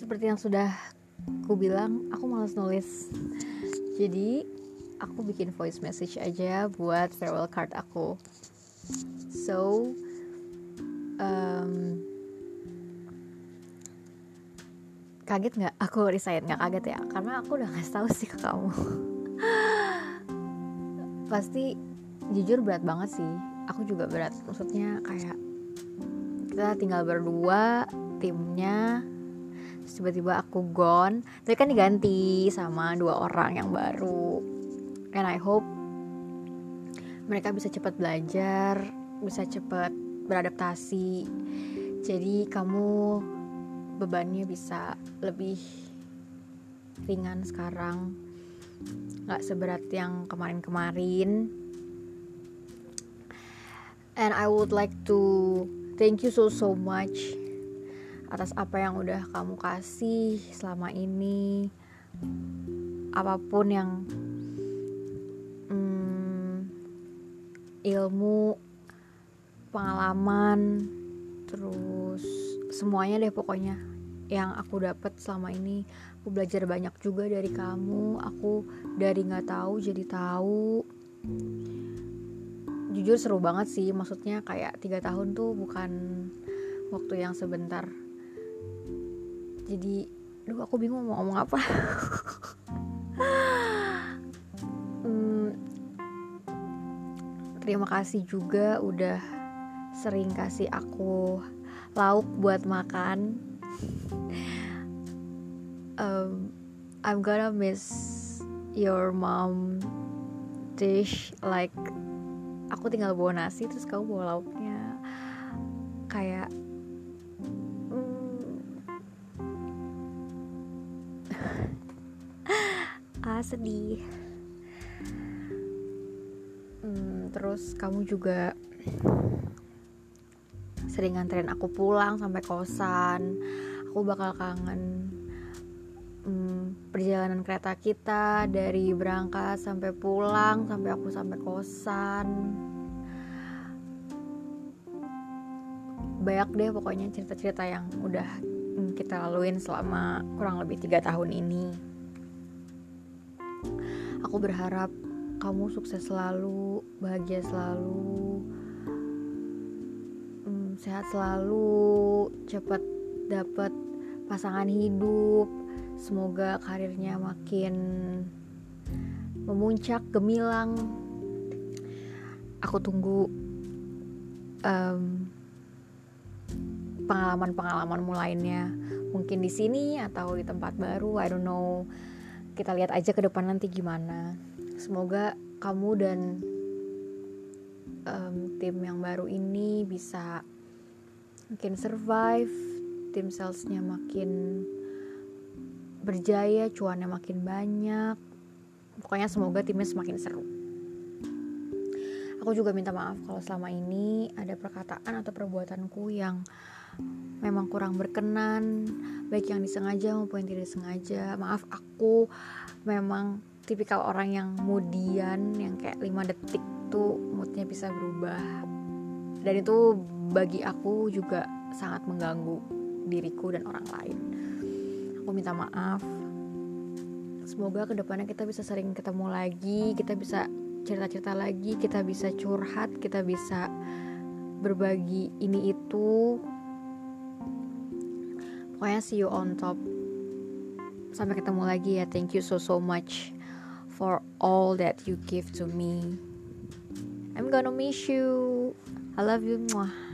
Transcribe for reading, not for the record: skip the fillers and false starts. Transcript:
Seperti yang sudah ku bilang, aku malas nulis. Jadi aku bikin voice message aja buat farewell card aku. So kaget gak aku resign? Gak kaget ya, karena aku udah ngasih tahu sih ke kamu. Pasti jujur berat banget sih. Aku juga berat, maksudnya kayak kita tinggal berdua timnya, terus tiba-tiba aku gone, tapi kan diganti sama 2 orang yang baru. And I hope mereka bisa cepat belajar, bisa cepat beradaptasi. Jadi kamu bebannya bisa lebih ringan sekarang, gak seberat yang kemarin-kemarin. And I would like to thank you so much atas apa yang udah kamu kasih selama ini. Apapun yang ilmu, pengalaman, terus semuanya deh pokoknya yang aku dapat selama ini. Aku belajar banyak juga dari kamu. Aku dari nggak tahu jadi tahu. Jujur seru banget sih, maksudnya kayak 3 tahun tuh bukan waktu yang sebentar. Jadi aku bingung mau ngomong apa. Terima kasih juga udah sering kasih aku lauk buat makan. I'm gonna miss your mom dish, like aku tinggal bawa nasi terus kamu bawa lauknya. Kayak sedih. Terus kamu juga sering nganterin aku pulang sampai kosan. Aku bakal kangen perjalanan kereta kita dari berangkat sampai pulang, sampai aku sampai kosan. Banyak deh pokoknya cerita-cerita yang udah kita laluin selama kurang lebih 3 tahun ini. Aku berharap kamu sukses selalu, bahagia selalu, sehat selalu, cepat dapat pasangan hidup. Semoga karirnya makin memuncak, gemilang. Aku tunggu pengalaman-pengalamanmu lainnya, mungkin di sini atau di tempat baru, I don't know. Kita lihat aja ke depan nanti gimana. Semoga kamu dan tim yang baru ini bisa makin survive, tim salesnya makin berjaya, cuannya makin banyak. Pokoknya semoga timnya semakin seru. Aku juga minta maaf kalau selama ini ada perkataan atau perbuatanku yang memang kurang berkenan, baik yang disengaja maupun yang tidak disengaja. Maaf, aku memang tipikal orang yang moodian, yang kayak 5 detik tuh moodnya bisa berubah. Dan itu bagi aku juga sangat mengganggu diriku dan orang lain. Aku minta maaf. Semoga kedepannya kita bisa sering ketemu lagi, kita bisa cerita-cerita lagi, kita bisa curhat, kita bisa berbagi ini itu. Pokoknya see you on top. Sampai ketemu lagi ya. Thank you so much for all that you give to me. I'm gonna miss you. I love you. Mwah.